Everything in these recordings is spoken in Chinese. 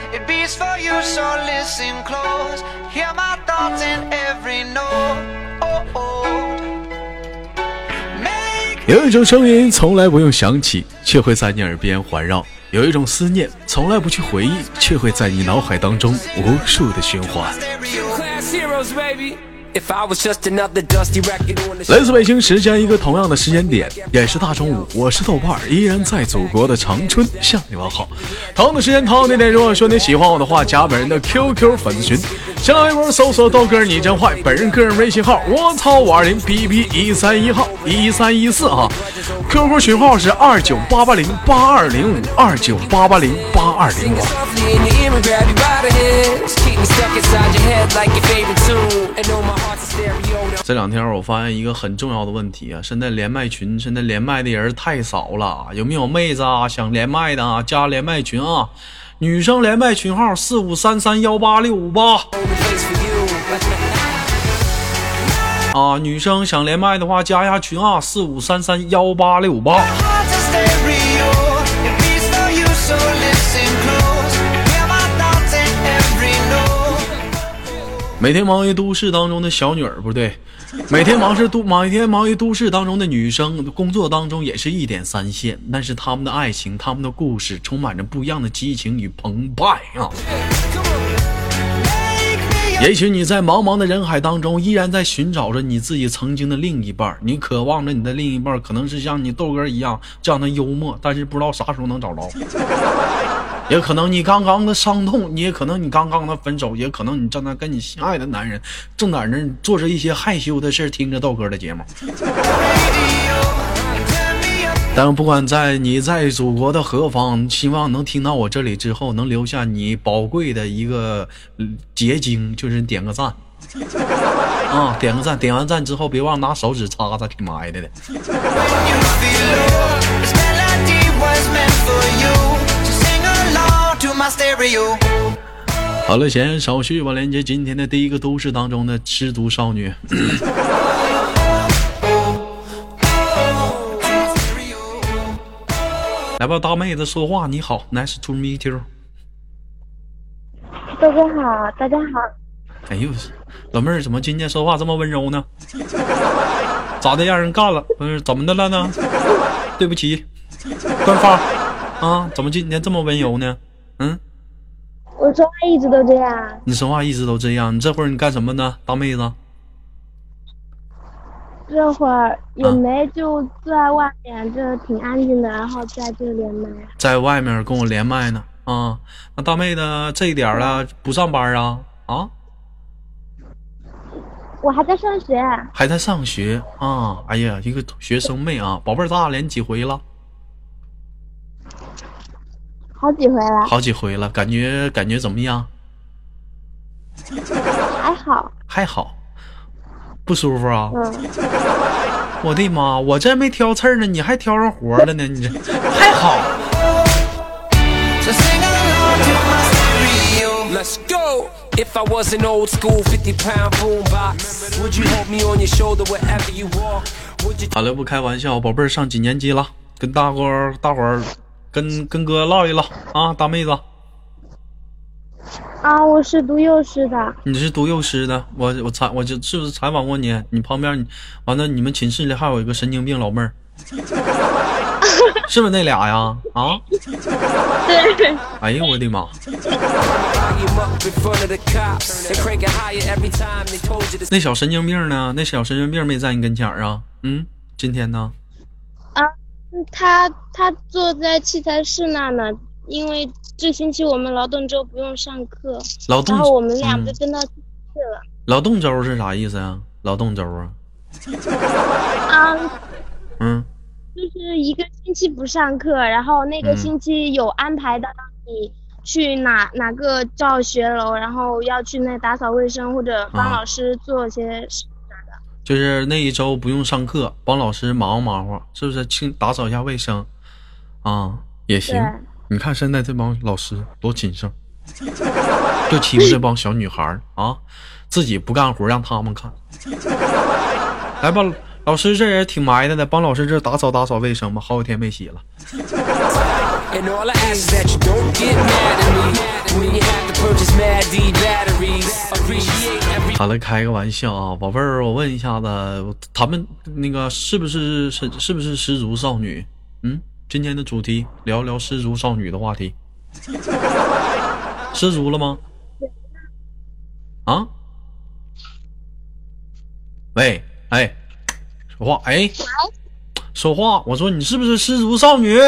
It beats for you, so listen close. Hear my thoughts in every note. Make 有一种声音从来不用响起，却会在你耳边环绕；有一种思念从来不去回忆，却会在你脑海当中无数的循环。来自北京时间一个同样的时间点，也是大中午，我是豆瓣，依然在祖国的长春向你问好。同样的时间同样的点，如果说你喜欢我的话，加本人的 QQ 粉丝群，新浪微博搜索豆哥你真坏，本人个人微信号我操520 bb131号1314啊 ，QQ 群号是29880825 29880825。这两天我发现一个很重要的问题啊，现在连麦群现在连麦的人太少了，有没有妹子啊想连麦的啊？加连麦群啊，女生连麦群号4533186558啊，女生想连麦的话加一下群啊，4533186558。每天忙于都市当中的小女儿，不对，每天忙于都市当中的女生，工作当中也是一点三线，但是他们的爱情，他们的故事充满着不一样的激情与澎湃啊！也许你在茫茫的人海当中依然在寻找着你自己曾经的另一半，你渴望着你的另一半可能是像你豆哥一样这样的幽默，但是不知道啥时候能找着。也可能你刚刚的伤痛，也可能你刚刚的分手，也可能你正在跟你心爱的男人正在那做着一些害羞的事，听着豆哥的节目。但不管你在祖国的何方，希望能听到我这里之后能留下你宝贵的一个结晶，就是点个赞啊，点个赞，点完赞之后别忘拿手指擦擦，挺埋汰的。好了，闲言少叙吧，连接今天的第一个都市当中的失足少女。来吧，大妹子说话，你好 ，Nice to meet you。 豆哥好，大家好。 哎呦，老妹儿怎么今天说话这么温柔呢？咋的，让人干了？不是怎么的了呢？对不起，官方啊，怎么今天这么温柔呢？嗯， 我说话一直都这样。 你说话一直都这样，你这会儿你干什么呢，大妹子？ 这会儿也没，就坐在外面，这挺安静的，然后在这连麦。 在外面跟我连麦呢啊？那大妹子这一点了不上班啊？啊？ 我还在上学。 还在上学啊？哎呀，一个学生妹啊，宝贝儿，咱俩连几回了？ 好几回了。 好几回了，感觉怎么样？ 还好。 还好。不舒服啊？我的妈，我这没挑刺儿呢，你还挑上活了呢，你这还好。好了，不开玩笑，宝贝儿上几年级了？跟大伙儿跟哥唠一唠啊，大妹子。 啊，我是读幼师的。你是读幼师的？我就是不是采访过你？你旁边完了，你们寝室里还有一个神经病老妹儿，是不是那俩呀？啊？ 对。 哎呦我的妈！那小神经病呢？那小神经病没在你跟前啊？嗯，今天呢？ 啊，他坐在器材室那呢，因为这星期我们劳动周不用上课，然后我们俩就跟到去了。 劳动周是啥意思啊？劳动周啊？ 就是一个星期不上课，然后那个星期有安排到你去哪个教学楼，然后要去那打扫卫生或者帮老师做些事啥的。 就是那一周不用上课，帮老师忙活，是不是打扫一下卫生啊？也行。你看现在这帮老师多谨慎，就欺负这帮小女孩啊，自己不干活让他们看。来吧，老师这人挺埋汰的，帮老师这打扫卫生吧，好几天没洗了。 好了，开个玩笑啊，宝贝儿，我问一下子，他们那个是不是失足少女？今天的主题聊聊失足少女的话题。失足了吗？啊？喂，哎，说话，哎，说话，我说你是不是失足少女？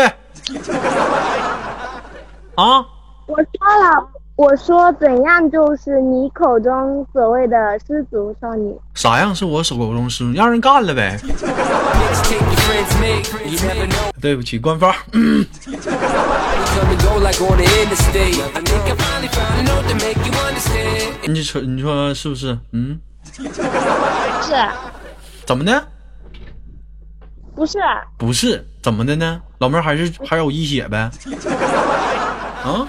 啊？ 我说了，我说怎样就是你口中所谓的失足少女？ 啥样是我手口中失足？让人干了呗。对不起，官方。你说是不是？ 是。 怎么的？ 不是。 不是，怎么的呢？老妹儿还有一血呗？啊？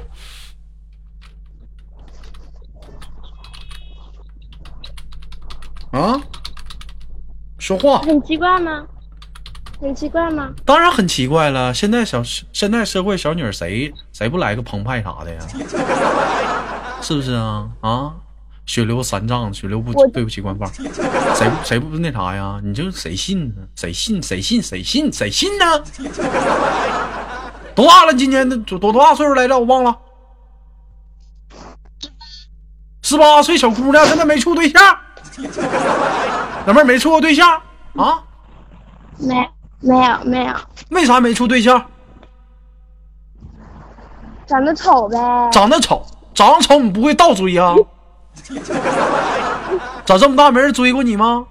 啊？说话。 很奇怪吗？很奇怪吗？ 当然很奇怪了。现在社会小女儿谁不来个澎湃啥的呀？是不是啊？啊，血流3丈，血流不对不起官方，谁不那啥呀？你这谁信呢？谁信呢？多大了？今年的多大岁数来着？我忘了。18岁小姑娘，现在没处对象。老妹儿没处过对象啊？ 没有。 为啥没处对象？ 长得丑呗。 长得丑你不会倒追啊？长这么大没人追过你吗？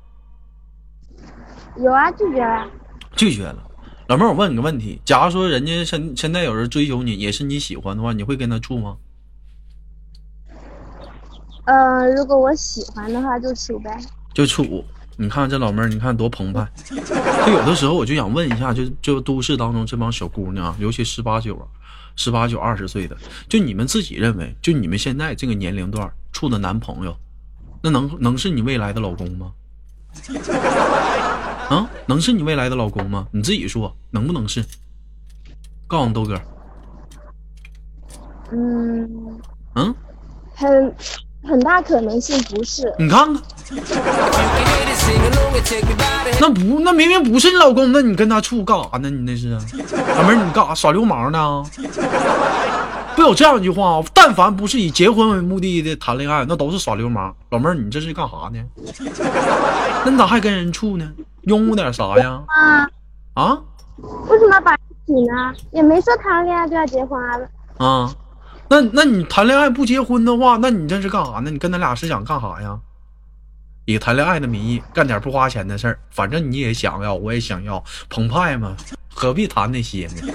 有啊，拒绝了。 老妹儿，我问你个问题，假如说人家现在有人追求你，也是你喜欢的话，你会跟他处吗？ 如果我喜欢的话就处呗。 就处。你看这老妹儿，你看多澎湃。就有的时候我就想问一下，就都市当中这帮小姑娘，尤其18、19、20岁的，就你们自己认为，就你们现在这个年龄段处的男朋友，那能是你未来的老公吗？啊，能是你未来的老公吗？你自己说，能不能是？告诉你豆哥。 很大可能性不是。 你看看，那明明不是你老公，那你跟他处干啥呢？你那是老妹儿，你干啥耍流氓呢？不有这样一句话，但凡不是以结婚为目的的谈恋爱，那都是耍流氓。老妹儿，你这是干啥呢？那你咋还跟人处呢？拥护点啥呀？啊？ 为什么把一起呢？也没说谈恋爱就要结婚啊。 啊？那你谈恋爱不结婚的话，那你这是干啥呢？你跟他俩是想干啥呀？以谈恋爱的名义干点不花钱的事儿，反正你也想要，我也想要，澎湃嘛，何必谈那些呢？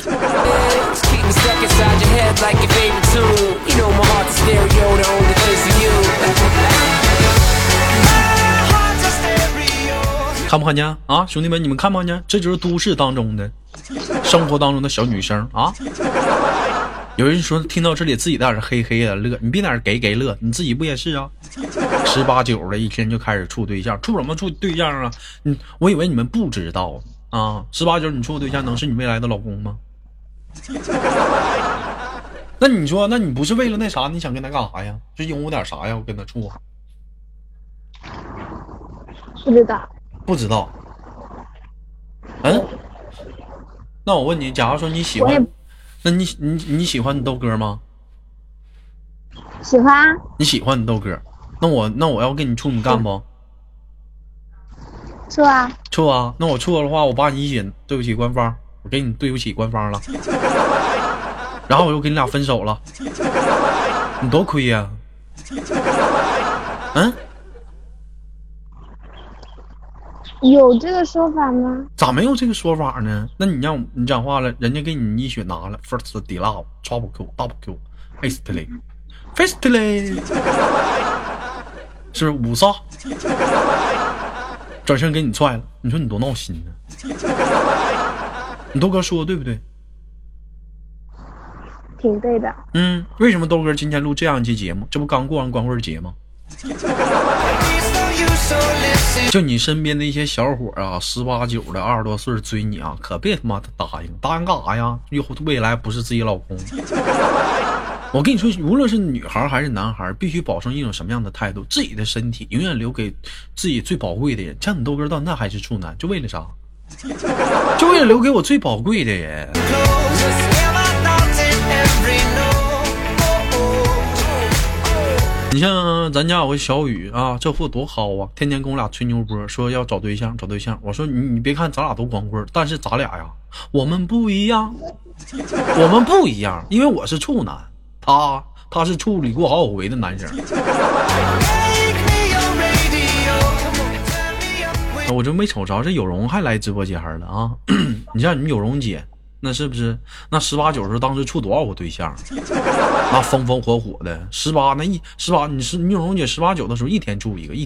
看不看见啊，兄弟们，你们看不看见？这就是都市当中的生活当中的小女生啊。有人说听到这里自己在那嘿嘿的乐，你别在那给乐，你自己不也是啊？18、19的一天就开始处对象，处什么处对象啊？我以为你们不知道啊！18、19你处对象能是你未来的老公吗？那你说，那你不是为了那啥，你想跟他干啥呀？就拥护点啥呀？我跟他处啊？不知道。那我问你，假如说你喜欢。那你喜欢你豆哥吗？ 喜欢。 你喜欢你豆哥，那我要跟你处，你干不？ 处啊。 处啊。那我处的话，我把你一血，对不起官方，我给你对不起官方了。然后我又跟你俩分手了，你多亏呀。 有这个说法吗？ 咋没有这个说法呢？那你让你讲话了，人家给你一血拿了 ，first d love trouble q double q fastly， 是不是5杀？转身给你踹了，你说你多闹心呢？你豆哥说的对不对？ 挺对的。 为什么豆哥今天录这样一期节目？这不刚过完光棍节吗？ 就你身边的一些小伙啊，18、19的20多岁追你啊，可别他妈的答应干啥呀？以后未来不是自己老公。我跟你说，无论是女孩还是男孩，必须保证一种什么样的态度？自己的身体永远留给自己最宝贵的人。像你豆哥到那还是处男，就为了啥？就为了留给我最宝贵的人。你像咱家有个小雨啊，这货多好啊，天天跟我俩吹牛波，说要找对象找对象。我说你别看咱俩都光棍，但是咱俩呀，我们不一样，我们不一样，因为我是处男，他是处理过好几回的男生。我就没瞅着这有容还来直播间了啊！你像你们有容姐，那是不是那18、19时候当时处多少个对象？那风风火火的18，你有容姐18、19的时候一天处一个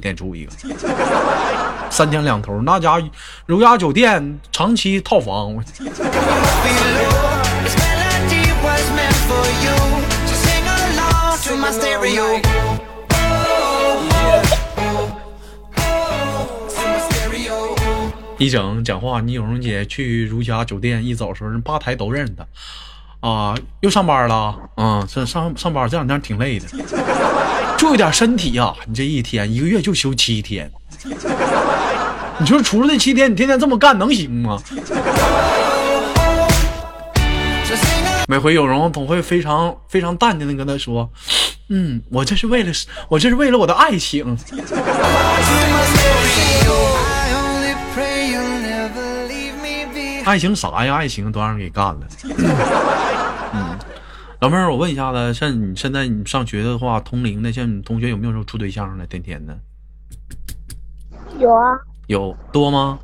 ，3天2头，那家如家酒店长期套房。一整讲话，你有容姐去如家酒店一走时候，人吧台都认识他啊，又上班了啊，上班这两天挺累的，注意点身体啊！你这一天1个月就休7天，你说除了这7天，你天天这么干能行吗？每回有容总会非常非常淡定的跟他说，我这是为了我的爱情。爱情啥呀？爱情都让人给干了。老妹儿，我问一下子，像你现在你上学的话，同龄的，像你同学有没有说处对象的？天天的。 有啊。 有多吗？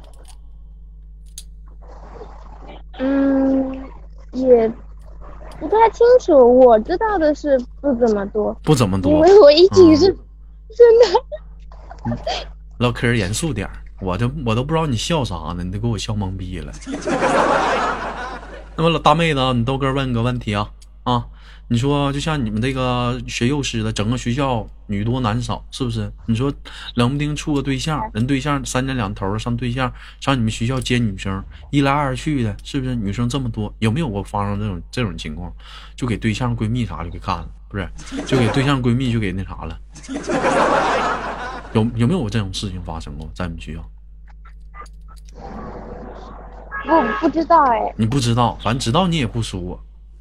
也不太清楚，我知道的是不怎么多。不怎么多，因为我一直是真的。 唠嗑严肃点，我都不知道你笑啥呢，你都给我笑懵逼了。那么老大妹子，你豆哥问个问题啊，你说就像你们这个学幼师的，整个学校女多男少，是不是？你说冷不丁处个对象，人对象3天2头上对象，上你们学校接女生，一来二去的，是不是？女生这么多，有没有过发生这种情况？就给对象闺蜜啥就给干了，不是？就给对象闺蜜就给那啥了。有没有这种事情发生过在你们学校？ 不知道哎。你不知道，反正知道你也不说。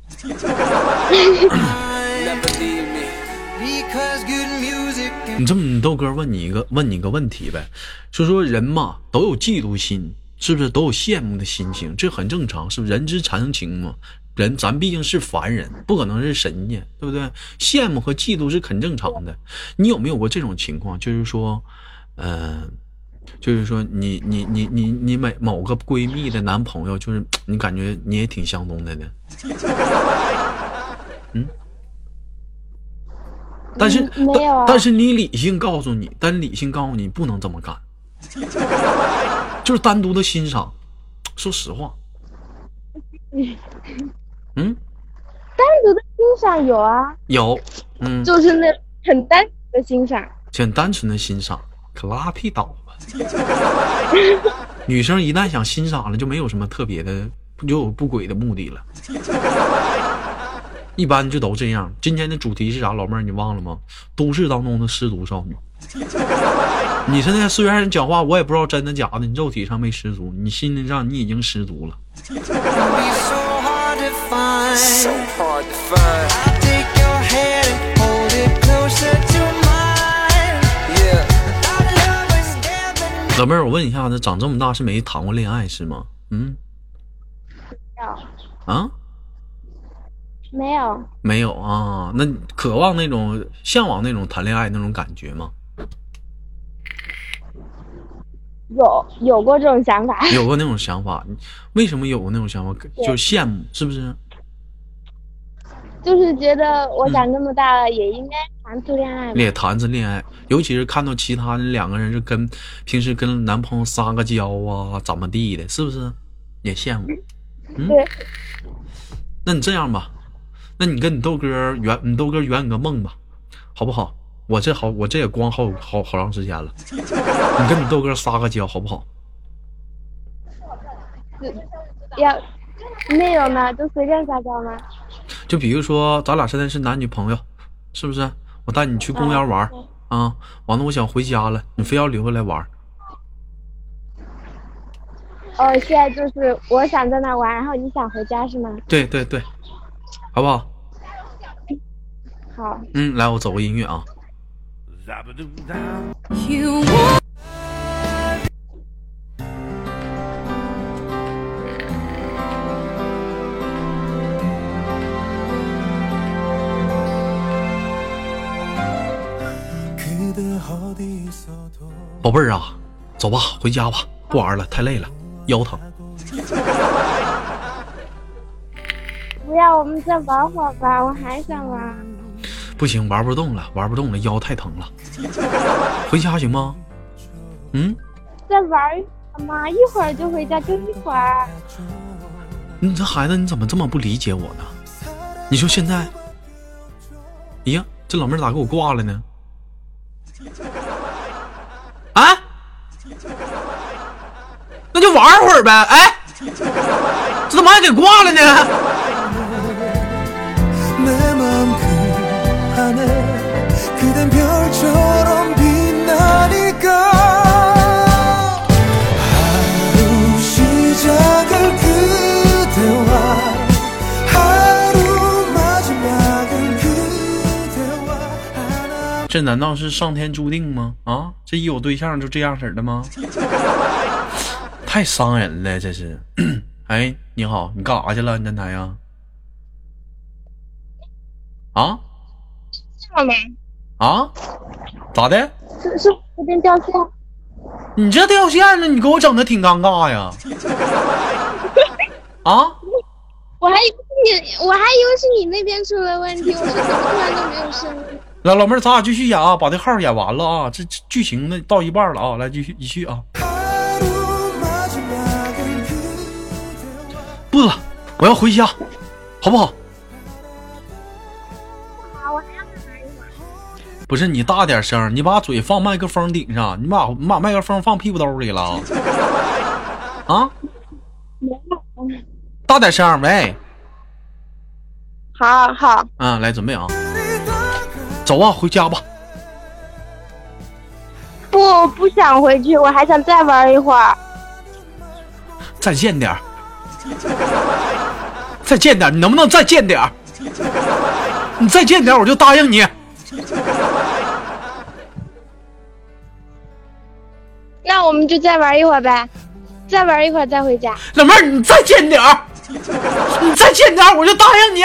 你这么，你豆哥问你一个问题呗，就说人嘛都有嫉妒心，是不是？都有羡慕的心情，这很正常，是不是？人之常情嘛。咱毕竟是凡人，不可能是神仙，对不对？羡慕和嫉妒是很正常的。你有没有过这种情况？就是说，你某个闺蜜的男朋友，就是你感觉你也挺相中的呢？但是你理性告诉你，不能这么干，就是单独的欣赏。说实话， 单独的欣赏有啊， 有， 就是那很单纯的欣赏， 很单纯的欣赏，可拉屁倒吧。女生一旦想欣赏了，就没有什么特别的，就有不轨的目的了。一般就都这样。今天的主题是啥？老妹儿，你忘了吗？都市当中的失足少女。你现在虽然讲话，我也不知道真的假的，你肉体上没失足，你心灵上你已经失足了。老妹儿，我问一下子，长这么大是没谈过恋爱是吗？没有啊？那渴望那种向往那种谈恋爱那种感觉吗？ 有过这种想法。 有过那种想法？为什么有过那种想法？就是羡慕，是不是？ 就是觉得我长这么大了，也应该谈次恋爱。 也谈次恋爱，尤其是看到其他的两个人是平时跟男朋友撒个娇啊，怎么地的，是不是？也羡慕。 对。 那你这样吧，那你跟你豆哥圆个梦吧，好不好？ 我这也光好长时间了。你跟你豆哥撒个娇好不好？ 要没有呢，就随便撒娇吗？ 就比如说咱俩现在是男女朋友，是不是？我带你去公园玩啊，完了我想回家了，你非要留下来玩。 现在就是我想在那玩，然后你想回家是吗？ 对对对，好不好？ 好。 来，我走个音乐啊。宝贝儿啊，走吧，回家吧，不玩了，太累了，腰疼。 不要，我们再玩会儿吧，我还想玩。 不行，玩不动了，腰太疼了。回家行吗？ 再玩一会儿嘛，一会儿就回家，就一会儿。 你这孩子你怎么这么不理解我呢？你说现在，哎呀，这老妹儿咋给我挂了呢？啊？那就玩会儿呗。哎，这怎么还给挂了呢？这难道是上天注定吗？啊，这一有对象就这样式的吗？太伤人了，这是。哎，你好，你干啥去了？你站台呀？啊？ 干嘛？ 啊？咋的？ 是这边掉线。 你这掉线了，你给我整的挺尴尬呀。啊？ 我还以为是你那边出了问题，我说怎么突然就没有声音。 来，老妹儿，咱俩继续演啊，把这号演完了啊，这剧情呢到一半了啊，来继续啊。不了，我要回家，好不好？ 好，我还要再玩一会儿。 不是你大点声，你把嘴放麦克风顶上，你把麦克风放屁股兜里了啊？ 没有。 大点声，喂。 好。 来准备啊。走啊，回家吧。 不想回去，我还想再玩一会儿。 再见点，再见点，你能不能再见点？你再见点，我就答应你。 那我们就再玩一会儿呗，再玩一会儿再回家。 老妹儿，你再见点，你再见点，我就答应你。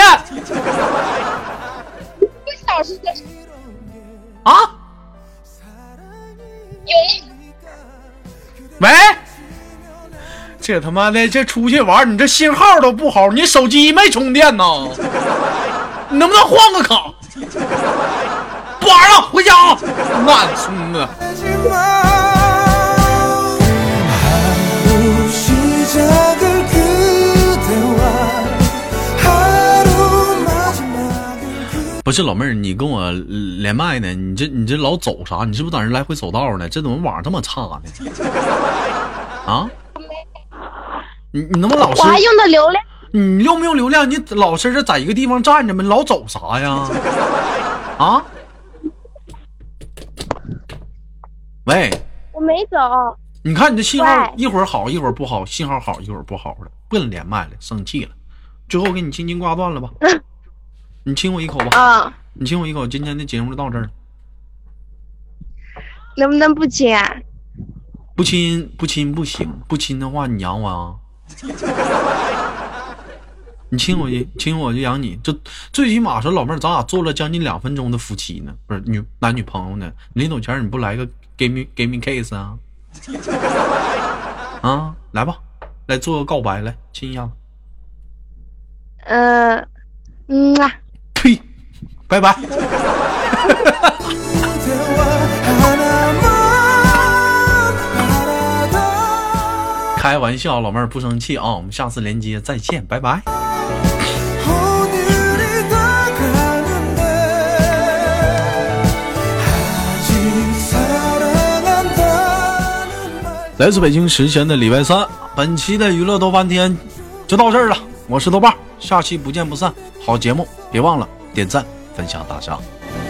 1小时的啊？喂，这他妈的这出去玩，你这信号都不好，你手机没充电呢？你能不能换个卡？不玩了，回家啊！烂孙子。不是老妹儿，你跟我连麦呢？你这老走啥？你是不是在那来回走道呢？这怎么网这么差呢？啊？你能不能老实？ 我还用的流量。 你用不用流量？你老实这在一个地方站着吗？老走啥呀？啊？喂？ 我没走。 你看你这信号一会儿好一会儿不好，信号好一会儿不好的，不能连麦了，生气了。最后给你轻轻挂断了吧。你亲我一口吧。你亲我一口，今天的节目就到这儿。 能不能不亲啊？ 不亲不行，不亲的话你养我啊。你亲我就养你，这最起码说老妹儿，咱俩做了将近2分钟的夫妻呢，不是男女朋友呢。临走前你不来个 give me kiss 啊？啊，来吧，来做个告白，来亲一下。呸，拜拜。开玩笑，老妹儿不生气啊，我们下次连接再见，拜拜。 来自北京时间的礼拜三，本期的娱乐豆瓣天就到这儿了。我是豆瓣，下期不见不散。好节目别忘了点赞分享打赏。